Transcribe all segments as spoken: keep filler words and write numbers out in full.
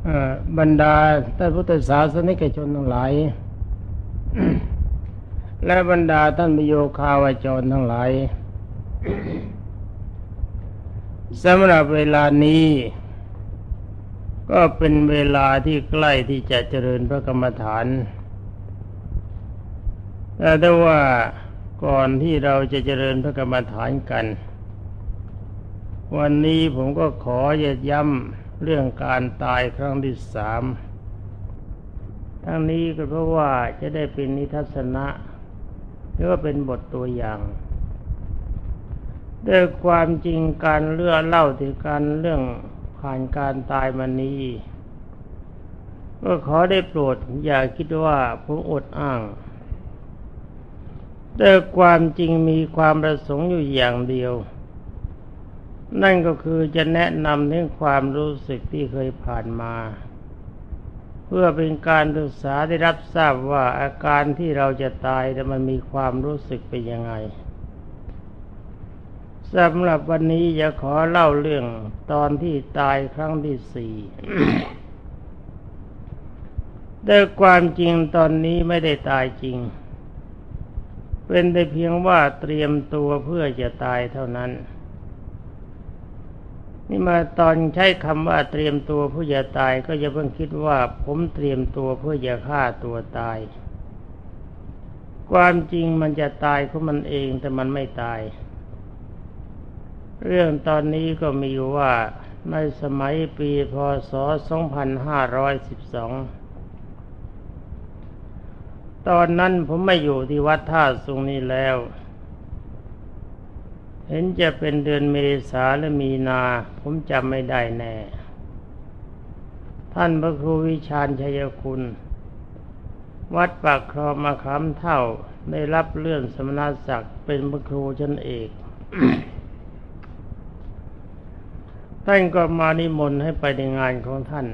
บรรดาท่านพุทธศาสนิกชนทั้งหลาย และบรรดาท่านมิโยคาวาจรทั้งหลายสำหรับเวลานี้ก็เป็นเวลาที่ใกล้ที่จะเจริญพระกรรมฐานแต่ได้ว่าก่อนที่เราจะเจริญพระกรรมฐานกันวันนี้ผมก็ขอย้ำเรื่องการตายครั้งที่สามทั้งนี้ก็เพราะว่าจะได้เป็นนิทัศนะหรือว่าเป็นบทตัวอย่างด้วยความจริงการเลื่อเล่าถึงการเรื่องผ่านการตายมานี้ก็ขอได้โปรดอย่าคิดว่าผมอดอ้างแต่ความจริงมีความประสงค์อยู่อย่างเดียวนั่นก็คือจะแนะนำเรื่องความรู้สึกที่เคยผ่านมาเพื่อเป็นการศึกษาได้รับทราบว่าอาการที่เราจะตายแต่มันมีความรู้สึกเป็นยังไงสำหรับวันนี้จะขอเล่าเรื่องตอนที่ตายครั้งที่สี่ แต่ความจริงตอนนี้ไม่ได้ตายจริงเป็นแต่เพียงว่าเตรียมตัวเพื่อจะตายเท่านั้นนี่มาตอนใช้คำว่าเตรียมตัวเพื่อจะตายก็อย่าเพิ่งคิดว่าผมเตรียมตัวเพื่อจะฆ่าตัวตายความจริงมันจะตายของมันเองแต่มันไม่ตายเรื่องตอนนี้ก็มีว่าในสมัยปีพ.ศ. สองพันห้าร้อยสิบสองตอนนั้นผมไม่อยู่ที่วัดท่าสุงนี้แล้วเห็นจะเป็นเดือนเมษาและมีนาผมจำไม่ได้แน่ท่านพระครูวิชาญชัยคุณวัดปากคลองมะขามเท่าได้รับเลื่อนสมณศักดิ์เป็นพระครูชั้นเอก ท่านก็มานิมนต์ให้ไปในงานของท่าน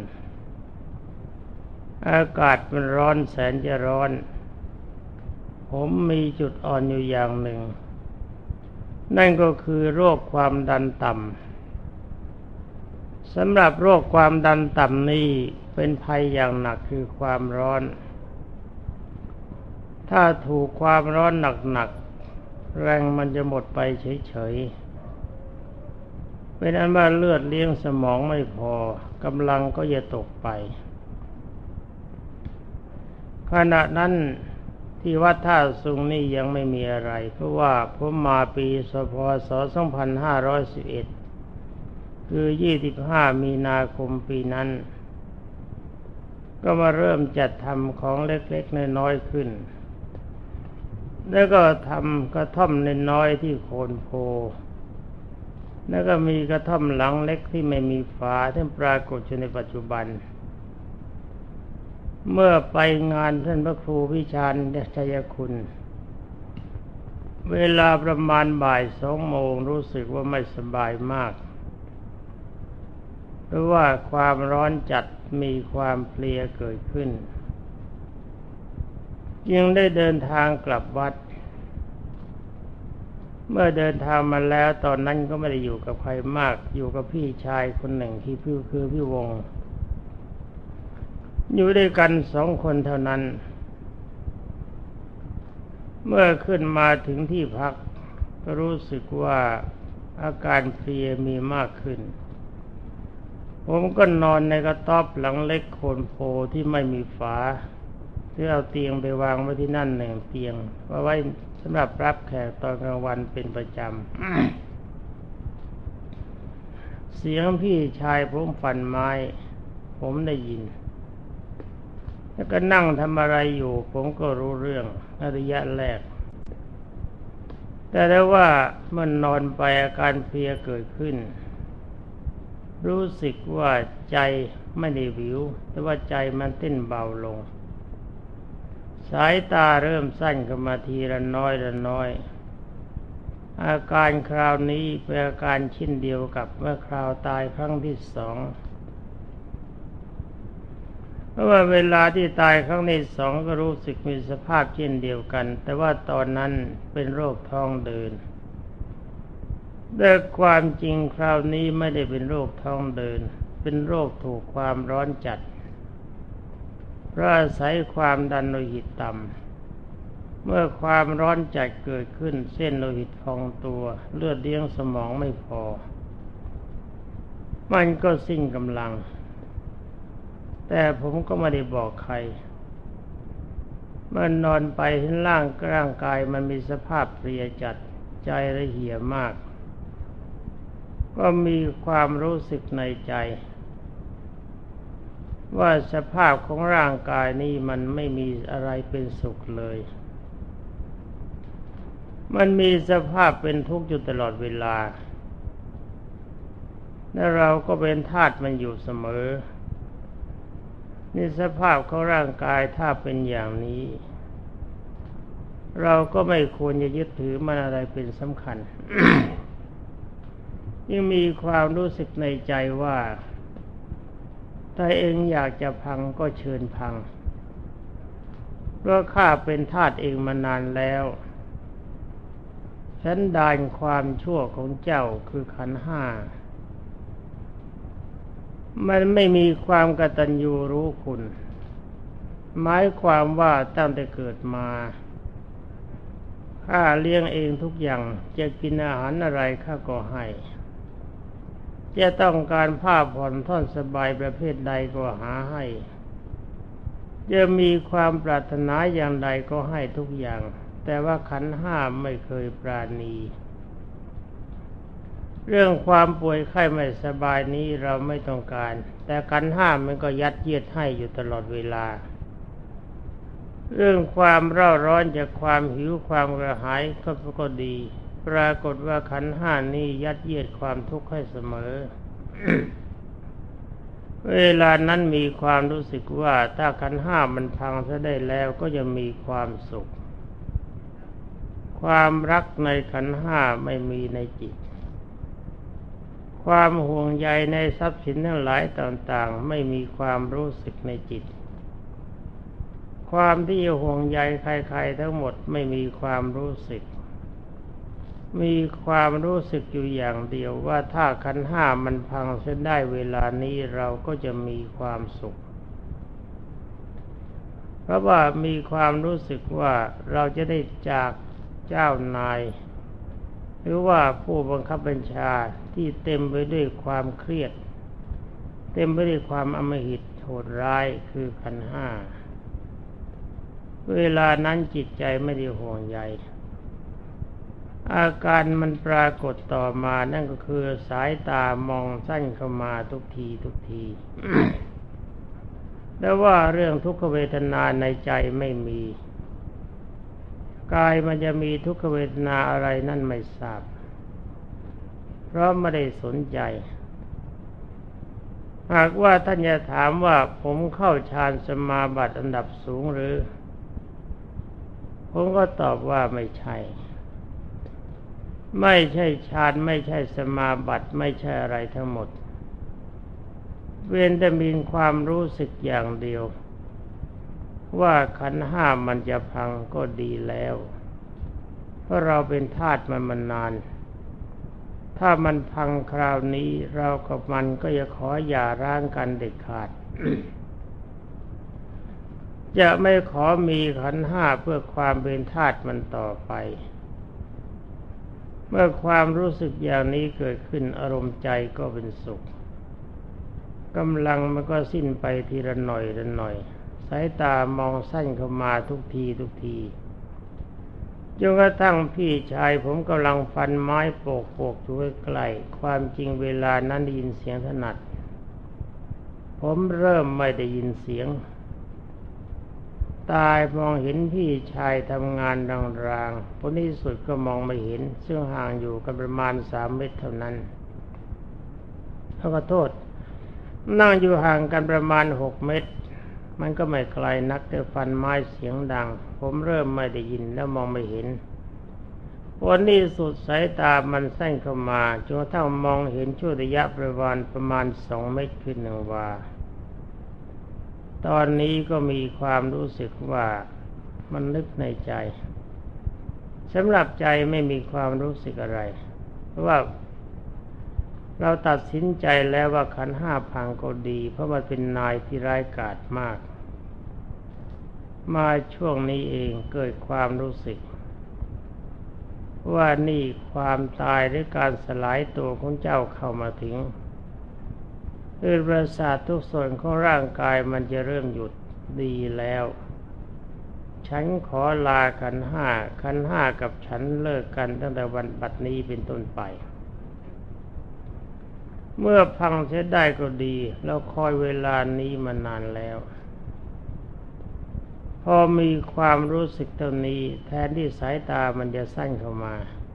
อากาศมันร้อนแสนจะร้อนผมมีจุดอ่อนอยู่อย่างหนึ่งนั่นก็คือโรคความดันต่ำสำหรับโรคความดันต่ำนี้เป็นภัยอย่างหนักคือความร้อนถ้าถูกความร้อนหนักๆแรงมันจะหมดไปเฉยๆเป็นอันว่าเลือดเลี้ยงสมองไม่พอกำลังก็จะตกไปขณะนั้นที่วัดท่าสุงนี่ยังไม่มีอะไรเพราะว่าผมมาปีพ.ศ. สองพันห้าร้อยสิบเอ็ดคือยี่สิบห้ามีนาคมปีนั้นก็มาเริ่มจัดทำของเล็กๆน้อยๆขึ้นแล้วก็ทำกระท่อมน้อยๆที่โคนโพแล้วก็มีกระท่อมหลังเล็กที่ไม่มีฝาที่ปรากฏอยู่ในปัจจุบันเมื่อไปงานท่านพระครูวิชาญชัยคุณเวลาประมาณบ่ายสองโมงรู้สึกว่าไม่สบายมากเพราะว่าความร้อนจัดมีความเพลียเกิดขึ้นจึงได้เดินทางกลับวัดเมื่อเดินทางมาแล้วตอนนั้นก็ไม่ได้อยู่กับใครมากอยู่กับพี่ชายคนหนึ่งที่พี่คือพี่วงอยู่ด้วยกันสองคนเท่านั้นเมื่อขึ้นมาถึงที่พักก็รู้สึกว่าอาการเพลียมีมากขึ้นผมก็นอนในกระต๊อบหลังเล็กโคนโพที่ไม่มีฝาที่เอาเตียงไปวางไว้ที่นั่นหนึ่งเตียงไว้สำหรับรับแขกตอนกลางวันเป็นประจำ เสียงพี่ชายผมฟันไม้ผมได้ยินแล้วก็นั่งทำอะไรอยู่ผมก็รู้เรื่องในระยะแรกแต่ได้ว่าเมื่อนนอนไปอาการเพลียเกิดขึ้นรู้สึกว่าใจไม่ได้วิวแต่ว่าใจมันเต้นเบาลงสายตาเริ่มสั้นขึ้นมาทีละน้อยละน้อยอาการคราวนี้เป็นอาการเช่นเดียวกับเมื่อคราวตายครั้งที่สองเพราะว่าเวลาที่ตายครั้งที่สองก็รู้สึกมีสภาพเช่นเดียวกันแต่ว่าตอนนั้นเป็นโรคท้องเดินแต่ความจริงคราวนี้ไม่ได้เป็นโรคท้องเดิน เเป็นโรคถูกความร้อนจัดเพราะอาศัยความดันโลหิตต่ำเมื่อความร้อนจัดเกิดขึ้นเส้นโลหิตพองตัวเลือดเลี้ยงสมองไม่พอมันก็สิ้นกำลังแต่ผมก็ไม่ได้บอกใครเมื่อนอนไปเห็นร่างร่างกายมันมีสภาพเพลียจัดใจละเหี่ยมากก็มีความรู้สึกในใจว่าสภาพของร่างกายนี้มันไม่มีอะไรเป็นสุขเลยมันมีสภาพเป็นทุกข์อยู่ตลอดเวลาและเราก็เป็นทาสมันอยู่เสมอนี่สภาพของร่างกายถ้าเป็นอย่างนี้เราก็ไม่ควรจะยึดถือมันอะไรเป็นสำคัญ ยังมีความรู้สึกในใจว่าถ้าเองอยากจะพังก็เชิญพังเพราะข้าเป็นทาสเองมานานแล้วสันดานความชั่วของเจ้าคือขันธ์ห้ามันไม่มีความกตัญญูรู้คุณหมายความว่าตั้งแต่เกิดมาข้าเลี้ยงเองทุกอย่างจะกินอาหารอะไรข้าก็ให้จะต้องการผ้าผ่อนท่อนสบายประเภทใดก็หาให้จะมีความปรารถนาอย่างใดก็ให้ทุกอย่างแต่ว่าขันธ์ห้าไม่เคยปราณีเรื่องความป่วยไข้ไม่สบายนี้เราไม่ต้องการแต่ขันธ์ห้ามันก็ยัดเยียดให้อยู่ตลอดเวลาเรื่องความเร่าร้อนจากความหิวความกระหายก็ก็ดีปรากฏว่าขันธ์ห้านี้ยัดเยียดความทุกข์ให้เสมอ เวลานั้นมีความรู้สึกว่าถ้าขันธ์ห้ามันพังซะได้แล้วก็จะมีความสุขความรักในขันธ์ห้าไม่มีในจิตความห่วงใยในทรัพย์สินทั้งหลายต่างๆไม่มีความรู้สึกในจิตความที่ห่วงใยใครๆทั้งหมดไม่มีความรู้สึกมีความรู้สึกอยู่อย่างเดียวว่าถ้าขันธ์ห้ามันพังเสียได้เวลานี้เราก็จะมีความสุขเพราะว่ามีความรู้สึกว่าเราจะได้จากเจ้านายหรือว่าผู้บังคับบัญชาที่เต็มไปด้วยความเครียดเต็มไปด้วยความอำมหิตโหดร้ายคือขันธ์ห้าเวลานั้นจิตใจไม่ได้ห่วงใยอาการมันปรากฏต่อมานั่นก็คือสายตามองสั้นเข้ามาทุกทีทุกที แต่ว่าเรื่องทุกขเวทนาในใจไม่มีกายมันจะมีทุกขเวทนาอะไรนั่นไม่ทราบเพราะไม่ได้สนใจหากว่าท่านจะถามว่าผมเข้าฌานสมาบัติอันดับสูงหรือผมก็ตอบว่าไม่ใช่ไม่ใช่ฌานไม่ใช่สมาบัติไม่ใช่อะไรทั้งหมดเว้นแต่มีความรู้สึกอย่างเดียวว่าขันธ์ห้ามันจะพังก็ดีแล้วเพราะเราเป็นทาสมันมานานถ้ามันพังคราวนี้เรากับมันก็จะขออย่าร้างกันเด็ดขาด จะไม่ขอมีขันธ์ห้าเพื่อความเป็นทาสมันต่อไปเมื่อความรู้สึกอย่างนี้เกิดขึ้นอารมณ์ใจก็เป็นสุขกำลังมันก็สิ้นไปทีละหน่อยละหน่อยสายตามองสั้นเข้ามาทุกทีทุกทีจนกระทั่งพี่ชายผมกำลังฟันไม้โปกโปกอยู่ใกล้ๆความจริงเวลานั้นได้ยินเสียงถนัดผมเริ่มไม่ได้ยินเสียงตายมองเห็นพี่ชายทำงานรางๆผลที่สุดก็มองไม่เห็นซึ่งห่างอยู่กันประมาณสามเมตรเท่านั้นขอโทษนั่งอยู่ห่างกันประมาณหกเมตรมันก็ไม่ไกลนักแต่ฟันไม้เสียงดังผมเริ่มไม่ได้ยินแล้วมองไม่เห็นวันนี้สุดสายตามันสั้นเข้ามาจนกระทั่งมองเห็นช่วงระยะประมาณประมาณสองเมตรขึ้นหนึ่งวาตอนนี้ก็มีความรู้สึกว่ามันนึกในใจสำหรับใจไม่มีความรู้สึกอะไรเพราะว่าเราตัดสินใจแล้วว่าขันธ์ห้าพังก็ดีเพราะมันเป็นนายที่ร้ายกาจมากมาช่วงนี้เองเกิดความรู้สึกว่านี่ความตายหรือการสลายตัวของเจ้าเข้ามาถึงคือประสาททุกส่วนของร่างกายมันจะเริ่มหยุดดีแล้วฉันขอลาขันธ์ห้าขันธ์ห้ากับฉันเลิกกันตั้งแต่วันบัดนี้เป็นต้นไปเมื่อพังเสียได้ก็ดีเราคอยเวลานี้มานานแล้วพอมีความรู้สึกเท่านี้แทนที่สายตามันจะสั้นเข้ามา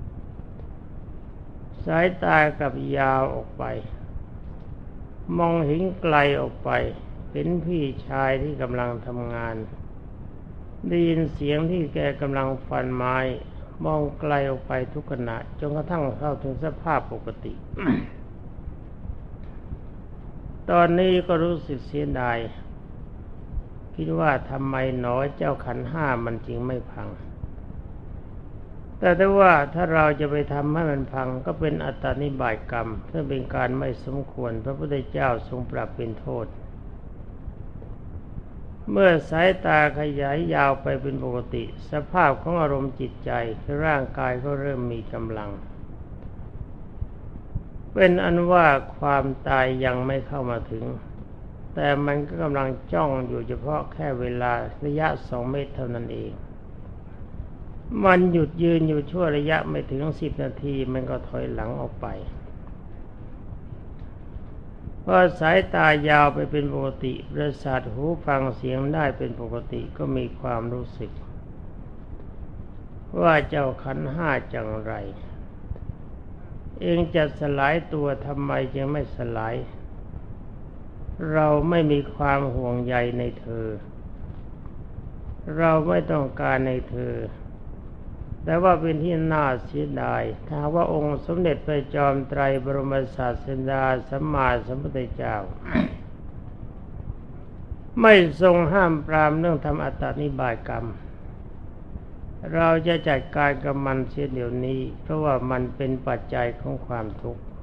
สายตากับยาวออกไปมองเห็นไกลออกไปเห็นพี่ชายที่กำลังทำงานได้ยินเสียงที่แกกำลังฟันไม้มองไกลออกไปทุกขณะจนกระทั่งเข้าถึงสภาพปกติ ตอนนี้ก็รู้สึกเสียดายคิดว่าทำไมหนอเจ้าขันธ์ห้ามันจึงไม่พังแต่ถ้าว่าถ้าเราจะไปทำให้มันพังก็เป็นอัตตานิบาตกรรมซึ่งเป็นการไม่สมควรพระพุทธเจ้าทรงปรับเป็นโทษเมื่อสายตาขยายยาวไปเป็นปกติสภาพของอารมณ์จิตใจคือร่างกายก็เริ่มมีกำลังเป็นอันว่าความตายยังไม่เข้ามาถึงแต่มันก็กำลังจ้องอยู่เฉพาะแค่เวลาระยะสองเมตรเท่านั้นเองมันหยุดยืนอยู่ชั่วระยะไม่ถึงสิบนาทีมันก็ถอยหลังออกไปพอสายตายาวไปเป็นปกติประสาทหูฟังเสียงได้เป็นปกติก็มีความรู้สึกว่าเจ้าขันธ์ห้าจังไรเองจะสลายตัวทำไมจึงไม่สลายเราไม่มีความห่วงใยในเธอเราไม่ต้องการในเธอแต่ว่าเป็นที่น่าเสียดายถ้าว่าองค์สมเด็จพระจอมไตรบรมศาสดาสัมมาสัมพุทธเจ้า ไม่ทรงห้ามปรามเรื่องทำอัตตานิบาตกรรมเราจะจัดการกับมันเสียเดี๋ยวนี้เพราะว่ามันเป็นปัจจัยของความทุกข์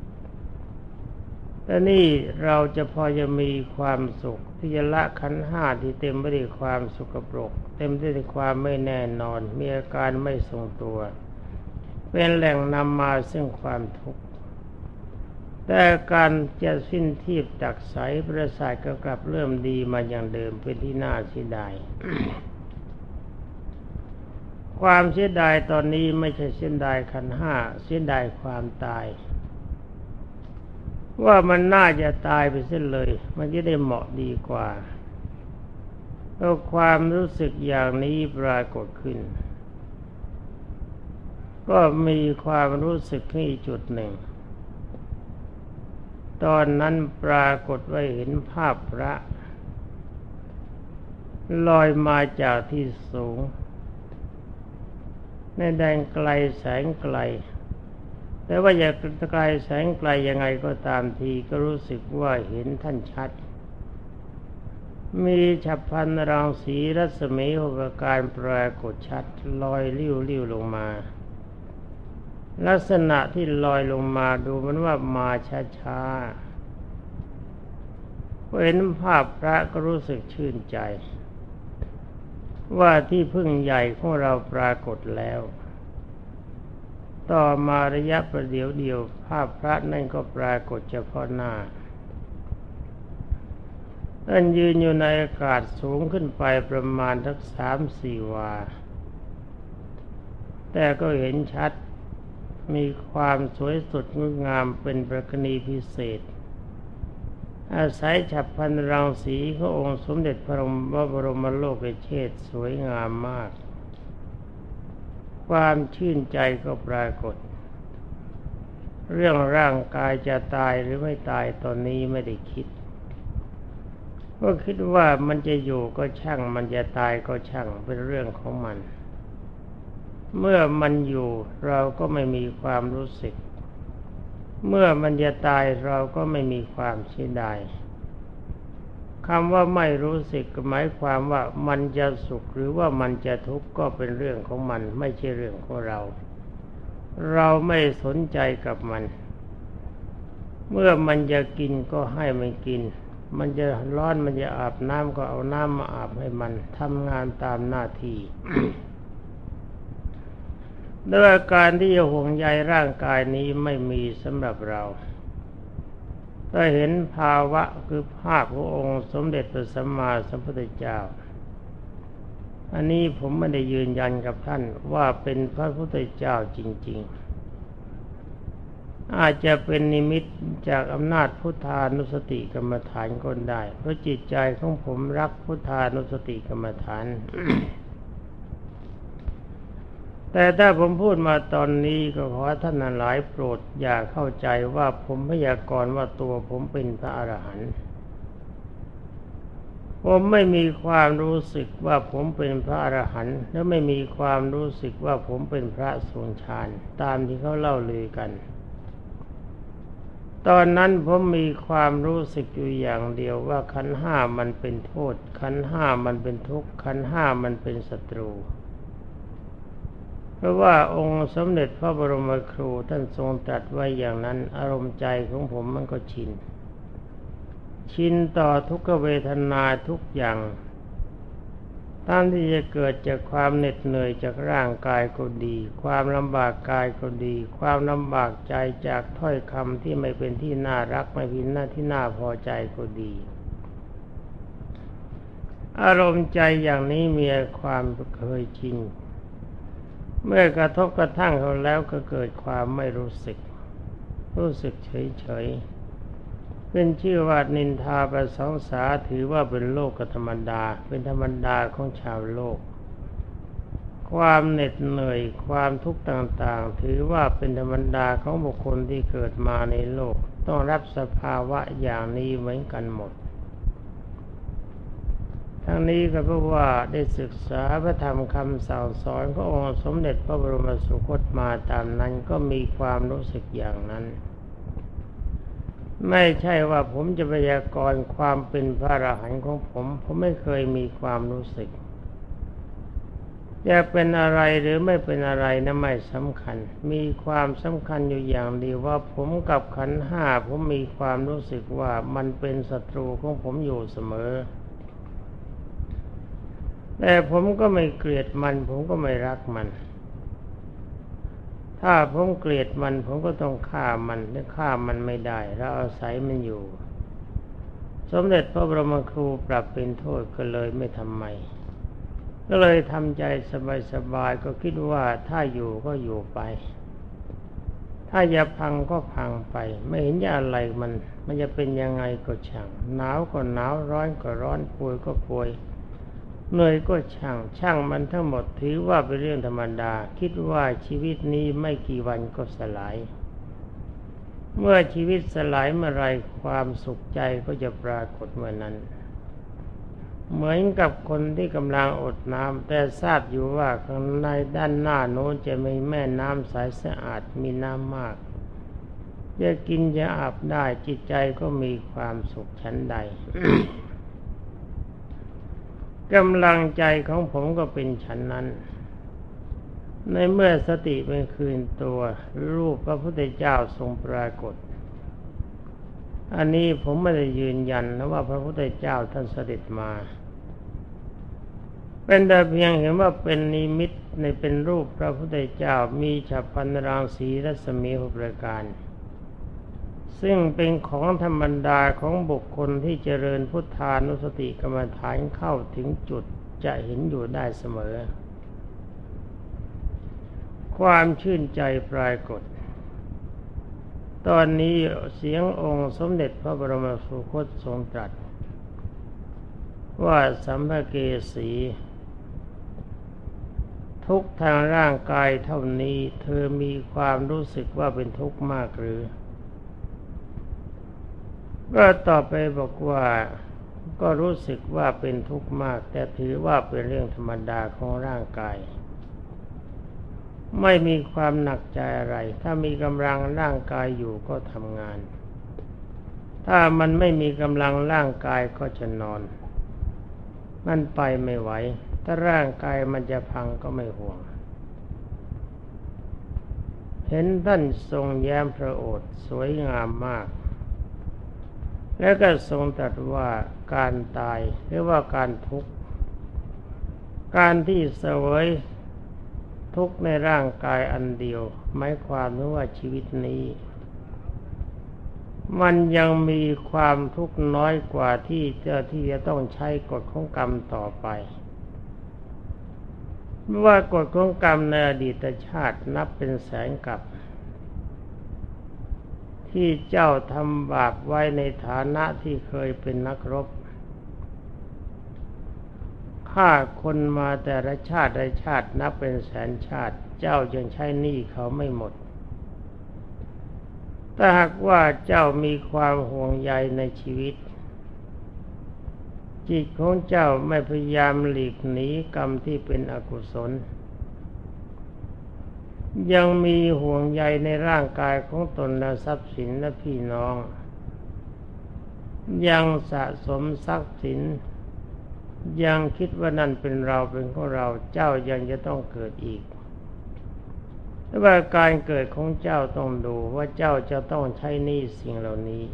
แต่นี่เราจะพอจะมีความสุขที่จะละขันธ์ห้าที่เต็มไปด้วยความสกปรกเต็มไปด้วยความไม่แน่นอนมีอาการไม่ทรงตัวเป็นแหล่งนำมาซึ่งความทุกข์แต่การจะสิ้นทีพจากใสประสาทก็กลับเริ่มดีมาอย่างเดิมเป็นที่น่าเสียดาย ความเสียดายตอนนี้ไม่ใช่เสียดายขันธ์ห้าเสียดายความตายว่ามันน่าจะตายไปเสียเลยมันจะได้เหมาะดีกว่าเพราะความรู้สึกอย่างนี้ปรากฏขึ้นก็มีความรู้สึกที่จุดหนึ่งตอนนั้นปรากฏว่าเห็นภาพพระลอยมาจากที่สูงในแดนไกลแสงไกลแต่ว่าอย่าไกลแสงไกลยังไงก็ตามทีก็รู้สึกว่าเห็นท่านชัดมีฉับพลันรังสีรัศมีหกประการปรากฏชัดลอยลิ้วๆลงมาลักษณะที่ลอยลงมาดูเหมือนว่ามาช้าๆเห็นภาพพระก็รู้สึกชื่นใจว่าที่พึ่งใหญ่ของเราปรากฏแล้วต่อมาระยะประเดี๋ยวเดียวภาพพระนั่นก็ปรากฏเฉพาะหน้าท่านยืนอยู่ในอากาศสูงขึ้นไปประมาณสักสามสี่วาแต่ก็เห็นชัดมีความสวยสดงดงามเป็นประกณีพิเศษอาศัยฉับพลันรังสีขององค์สมเด็จพระบรมโลกเชษฐ์สวยงามมากความชื่นใจก็ปรากฏเรื่องร่างกายจะตายหรือไม่ตายตอนนี้ไม่ได้คิดก็คิดว่ามันจะอยู่ก็ช่างมันจะตายก็ช่างเป็นเรื่องของมันเมื่อมันอยู่เราก็ไม่มีความรู้สึกเมื่อมันจะตายเราก็ไม่มีความเสียดายคำว่าไม่รู้สึกหมายความว่ามันจะสุขหรือว่ามันจะทุกข์ก็เป็นเรื่องของมันไม่ใช่เรื่องของเราเราไม่สนใจกับมันเมื่อมันจะกินก็ให้มันกินมันจะร้อนมันจะอาบน้ำก็เอาน้ำมาอาบให้มันทำงานตามหน้าที่ ด้วยการที่จะห่วงใยร่างกายนี้ไม่มีสำหรับเราถ้าเห็นภาวะคือภาพขององค์สมเด็จพระสัมมาสัมพุทธเจ้าอันนี้ผมไม่ได้ยืนยันกับท่านว่าเป็นพระพุทธเจ้าจริงๆอาจจะเป็นนิมิตจากอำนาจพุทธานุสติกรรมฐานก็ได้เพราะจิตใจของผมรักพุทธานุสติกรรมฐาน แต่ถ้าผมพูดมาตอนนี้ก็ขอท่านหลายโปรดอย่าเข้าใจว่าผมพยากรณ์ว่าตัวผมเป็นพระอรหันต์ผมไม่มีความรู้สึกว่าผมเป็นพระอรหันต์และไม่มีความรู้สึกว่าผมเป็นพระทรงฌานตามที่เขาเล่าลือกันตอนนั้นผมมีความรู้สึกอยู่อย่างเดียวว่าขันธ์ห้ามันเป็นโทษขันธ์ห้ามันเป็นทุกข์ขันธ์ห้ามันเป็นศัตรูเพราะว่าองค์สมเด็จพระบรมครูท่านทรงตรัสไว้อย่างนั้นอารมณ์ใจของผมมันก็ชินชินต่อทุกขเวทนาทุกอย่างตามที่จะเกิดจากความเหน็ดเหนื่อยจากร่างกายก็ดีความลำบากกายก็ดีความลำบากใจจากถ้อยคำที่ไม่เป็นที่น่ารักไม่เป็นหน้าที่น่าพอใจก็ดีอารมณ์ใจอย่างนี้มีความเคยชินเมื่อกระทบกระทั่งเขาแล้วก็เกิดความไม่รู้สึกรู้สึกเฉยๆเป็นชื่อว่านินทาประสงสาถือว่าเป็นโลกธรรมดาเป็นธรรมดาของชาวโลกความเหน็ดเหนื่อยความทุกข์ต่างๆถือว่าเป็นธรรมดาของบุคคลที่เกิดมาในโลกต้องรับสภาวะอย่างนี้เหมือนกันหมดทั้งนี้ก็เพราะว่าได้ศึกษาพระธรรมคำสั่งสอนขององค์สมเด็จพระบรมสุคตมาตามนั้นก็มีความรู้สึกอย่างนั้นไม่ใช่ว่าผมจะพยากรณ์ความเป็นพระอรหันต์ของผมผมไม่เคยมีความรู้สึกจะเป็นอะไรหรือไม่เป็นอะไรนั้นไม่สำคัญมีความสำคัญอยู่อย่างเดียวว่าผมกับขันธ์ห้าผมมีความรู้สึกว่ามันเป็นศัตรูของผมอยู่เสมอแต่ผมก็ไม่เกลียดมันผมก็ไม่รักมันถ้าผมเกลียดมันผมก็ต้องฆ่ามันและฆ่ามันไม่ได้เราอาศัยมันอยู่สมเด็จพระบรมครูปรับเป็นโทษก็เลยไม่ทำไมก็เลยทำใจสบายๆก็คิดว่าถ้าอยู่ก็อยู่ไปถ้าอย่าพังก็พังไปไม่เห็นจะอะไรมันมันจะเป็นยังไงก็ช่างหนาวก็หนาวร้อนก็ร้อนป่วยก็ป่วยเหนื่อยก็ช่างช่างมันทั้งหมดถือว่าเป็นเรื่องธรรมดาคิดว่าชีวิตนี้ไม่กี่วันก็สลายเมื่อชีวิตสลายเมื่อไรความสุขใจก็จะปรากฏเมื่อนั้นเหมือนกับคนที่กำลังอดน้ำแต่ทราบอยู่ว่าข้างในด้านหน้าโน้นจะมีแม่น้ำใสสะอาดมีน้ำมากจะกินจะอาบได้จิตใจก็มีความสุขชั้นใด กำลังใจของผมก็เป็นฉันนั้นในเมื่อสติเป็นคืนตัวรูปพระพุทธเจ้าทรงปรากฏอันนี้ผมไม่ได้ยืนยันนะว่าพระพุทธเจ้าท่านเสด็จมาเป็นแต่เพียงเห็นว่าเป็นนิมิตในเป็นรูปพระพุทธเจ้ามีฉัพพรรณรังสีรัศมีหกประการซึ่งเป็นของธรรมดาของบุคคลที่เจริญพุทธานุสติกรรมฐานเข้าถึงจุดจะเห็นอยู่ได้เสมอความชื่นใจปรากฏตอนนี้เสียงองค์สมเด็จพระบรมสุคตทรงตรัสว่าสัมภเกสีทุกทางร่างกายเท่านี้เธอมีความรู้สึกว่าเป็นทุกข์มากหรือก็ตอบไปบอกว่าก็รู้สึกว่าเป็นทุกข์มากแต่ถือว่าเป็นเรื่องธรรมดาของร่างกายไม่มีความหนักใจอะไรถ้ามีกำลังร่างกายอยู่ก็ทำงานถ้ามันไม่มีกำลังร่างกายก็จะนอนมันไปไม่ไหวถ้าร่างกายมันจะพังก็ไม่ห่วงเห็นท่านทรงแย้มพระโอษฐ์สวยงามมากแล้วก็ทรงตรัสว่าการตายหรือว่าการทุกข์การที่เสวยทุกข์ในร่างกายอันเดียวหมายความว่าชีวิตนี้มันยังมีความทุกข์น้อยกว่าที่จะที่จะต้องใช้กฎของกรรมต่อไปว่ากฎของกรรมในอดีตชาตินับเป็นแสนกับที่เจ้าทำบาปไว้ในฐานะที่เคยเป็นนักรบฆ่าคนมาแต่ละชาติละชาตินับเป็นแสนชาติเจ้ายังใช้หนี้เขาไม่หมดถ้าหากว่าเจ้ามีความห่วงใยในชีวิตจิตของเจ้าไม่พยายามหลีกหนีกรรมที่เป็นอกุศลยังมีห่วงใยในร่างกายของตนและทรัพย์สินและพี่น้องยังสะสมทรัพย์สินยังคิดว่านั่นเป็นเราเป็นของเราเจ้ายังจะต้องเกิดอีกแต่ว่าการเกิดของเจ้าต้องดูว่าเจ้าจะต้องใช้หนี้สิ่งเหล่านี้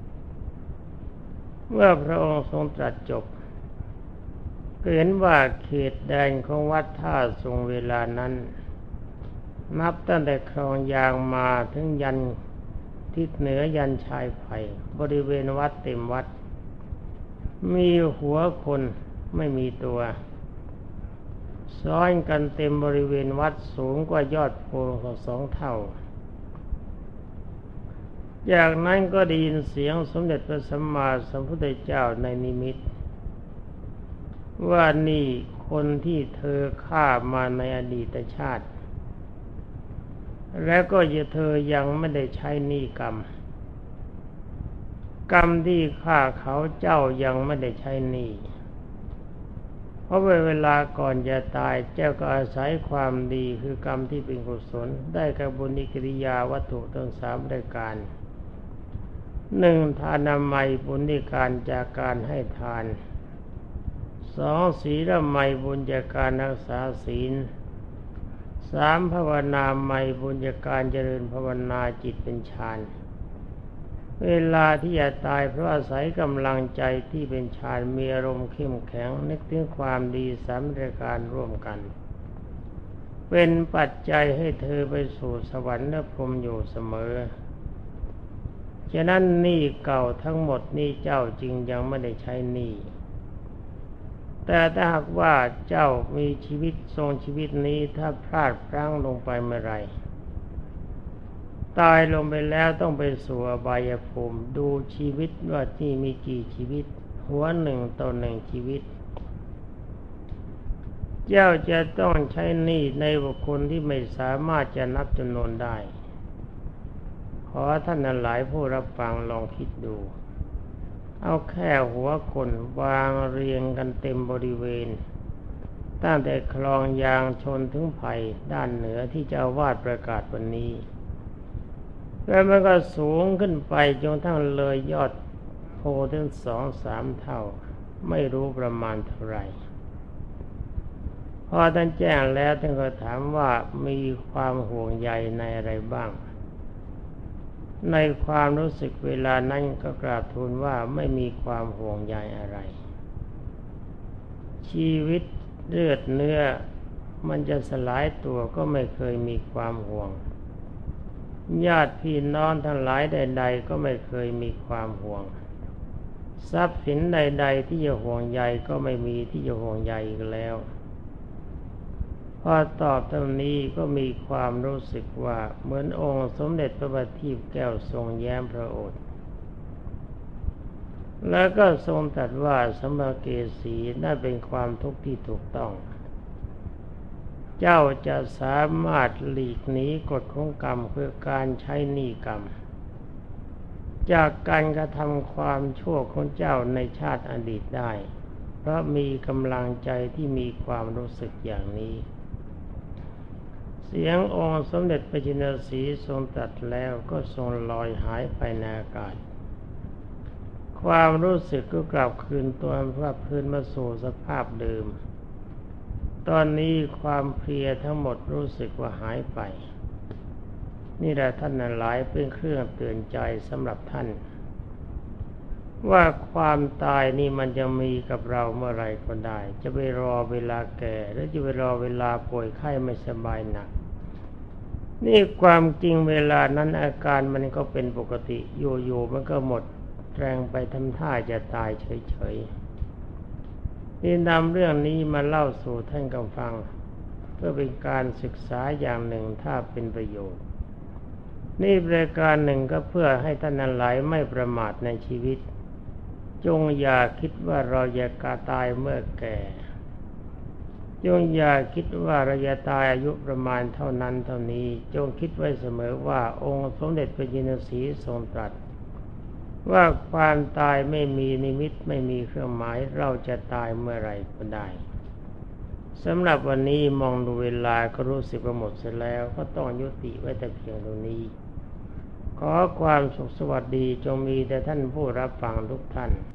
เมื่อพระองค์ทรงตรัสจบเห็นว่าเขตแดนของวัดท่าทรงเวลานั้นนับตั้งแต่คลองยางมาถึงยันทิศเหนือยันชายไผ่บริเวณวัดเต็มวัดมีหัวคนไม่มีตัวซ้อนกันเต็มบริเวณวัดสูงกว่ายอดโพธิ์สองเท่าจากนั้นก็ได้ยินเสียงสมเด็จพระสัมมาสัมพุทธเจ้าในนิมิตว่านี่คนที่เธอฆ่ามาในอดีตชาติและก็อย่าเธอยังไม่ได้ใช้หนี้กรรมกรรมที่ฆ่าเขาเจ้ายังไม่ได้ใช้หนี้เพราะเวลาก่อนจะตายเจ้าก็อาศัยความดีคือกรรมที่เป็นกุศลได้กับบุญกิริยาวัตถุทั้งสามรายการหนึ่งทานามัยบุญในการจากการให้ทานสองศีลไมยบุญจากการรักษาศีลสามภาวนาไมยบุญจากการเจริญภาวนาจิตเป็นฌานเวลาที่จะตายเพราะอาศัยกำลังใจที่เป็นฌานมีอารมณ์เข้มแข็งนึกถึงความดีสามรายการร่วมกันเป็นปัจจัยให้เธอไปสู่สวรรค์และพรหมอยู่เสมอฉะนั้นหนี้เก่าทั้งหมดนี้เจ้าจึงยังไม่ได้ใช้หนี้แต่ถ้าหากว่าเจ้ามีชีวิตทรงชีวิตนี้ถ้าพลาดพลั้งลงไปเมื่อไรตายลงไปแล้วต้องไปสู่อบายภูมิดูชีวิตว่าที่มีกี่ชีวิตหัวหนึ่งต่อหนึ่งชีวิตเจ้าจะต้องใช้หนี้ในบุคคลที่ไม่สามารถจะนับจำนวนได้ขอท่านหลายผู้รับฟังลองคิดดูเอาแค่หัวคนวางเรียงกันเต็มบริเวณตั้งแต่คลองยางชนถึงไผ่ด้านเหนือที่เจ้าวาดประกาศวันนี้แล้วมันก็สูงขึ้นไปจนทั้งเลยยอดโพถึงสองสามเท่าไม่รู้ประมาณเท่าไหร่พอท่านแจ้งแล้วท่านก็ถามว่ามีความห่วงใยในอะไรบ้างในความรู้สึกเวลานั้นก็กราบทูลว่าไม่มีความห่วงใยอะไรชีวิตเลือดเนื้อมันจะสลายตัวก็ไม่เคยมีความห่วงญาติพี่น้องทั้งหลายใดๆก็ไม่เคยมีความห่วงทรัพย์สินใดๆที่จะห่วงใยก็ไม่มีที่จะห่วงใยอีกแล้วพอตอบตรงนี้ก็มีความรู้สึกว่าเหมือนองค์สมเด็จพระบัณฑิตแก้วทรงแย้มพระโอษฐ์แล้วก็ทรงตรัสว่าสัมภเกสีนั่นเป็นความทุกข์ที่ถูกต้องเจ้าจะสามารถหลีกหนีกฎของกรรมคือการใช้หนี้กรรมจากการกระทำความชั่วของเจ้าในชาติอดีตได้เพราะมีกำลังใจที่มีความรู้สึกอย่างนี้เสียงองค์สมเด็จพระจินสีทรงตรัสแล้วก็ทรงลอยหายไปในอากาศความรู้สึกก็กลับคืนตัวพระพื้นมาสู่สภาพเดิมตอนนี้ความเพลียทั้งหมดรู้สึกว่าหายไปนี่แหละท่านหลายเป็นเครื่องเตือนใจสำหรับท่านว่าความตายนี่มันจะมีกับเราเมื่อไรก็ได้จะไปรอเวลาแก่หรือจะไปรอเวลาป่วยไข้ไม่สบายหนักนี่ความจริงเวลานั้นอาการมันก็เป็นปกติอยู่ๆมันก็หมดแรงไปทำท่าจะตายเฉยๆนี่นำเรื่องนี้มาเล่าสู่ท่านกับฟังเพื่อเป็นการศึกษาอย่างหนึ่งถ้าเป็นประโยชน์นี่รายการหนึ่งก็เพื่อให้ท่านนั้นหลายไม่ประมาทในชีวิตจงอย่าคิดว่าเราจะกาตายเมื่อแก่จงอย่าคิดว่าเราจะตายอายุประมาณเท่านั้นเท่านี้จงคิดไว้เสมอว่าองค์สมเด็จพระจินสีทรงตรัสว่าความตายไม่มีนิมิตไม่มีเครื่องหมายเราจะตายเมื่อไรก็ได้สำหรับวันนี้มองดูเวลาก็รู้สึกว่าหมดเสียแล้วก็ต้องยุติไว้แต่เพียงตรงนี้ขอความสุขสวัสดีจงมีแต่ท่านผู้รับฟังทุกท่าน